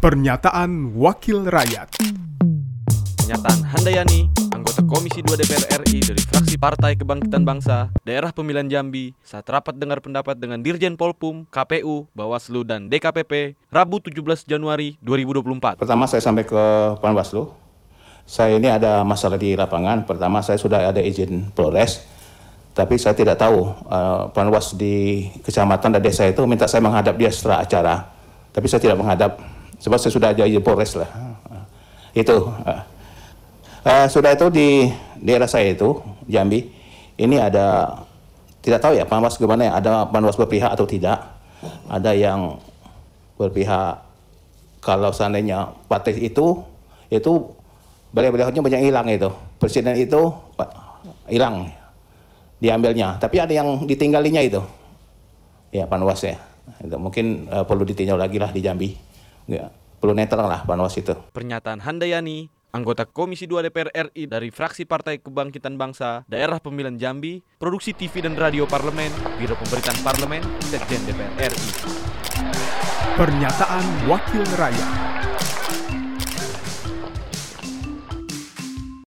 Pernyataan Wakil Rakyat. Pernyataan Handayani, anggota Komisi 2 DPR RI dari fraksi Partai Kebangkitan Bangsa, Daerah Pemilihan Jambi, saat rapat dengar pendapat dengan Dirjen Polpum, KPU, Bawaslu, dan DKPP, Rabu 17 Januari 2024. Pertama saya sampai ke Panwaslu. Saya ini ada masalah di lapangan. Pertama saya sudah ada izin Polres, tapi saya tidak tahu Panwas di kecamatan dan desa itu minta saya menghadap dia setelah acara. Tapi saya tidak menghadap, sebab saya sudah ada izin Polres lah. Itu. Sudah itu di daerah saya itu, Jambi, ini ada, tidak tahu ya Panwas gimana ya, ada Panwas berpihak atau tidak. Ada yang berpihak kalau seandainya partai itu beliau-beliaunya banyak hilang itu. Presiden itu hilang, diambilnya. Tapi ada yang ditinggalinya itu. Ya Panwas ya. Itu mungkin perlu ditinjau lagi lah di Jambi. Ya, perlu netral lah Panwas itu. Pernyataan Handayani, anggota Komisi 2 DPR RI dari fraksi Partai Kebangkitan Bangsa, Daerah Pemilihan Jambi, Produksi TV dan Radio Parlemen, Biro Pemberitaan Parlemen, Sekjen DPR RI. Pernyataan Wakil Rakyat.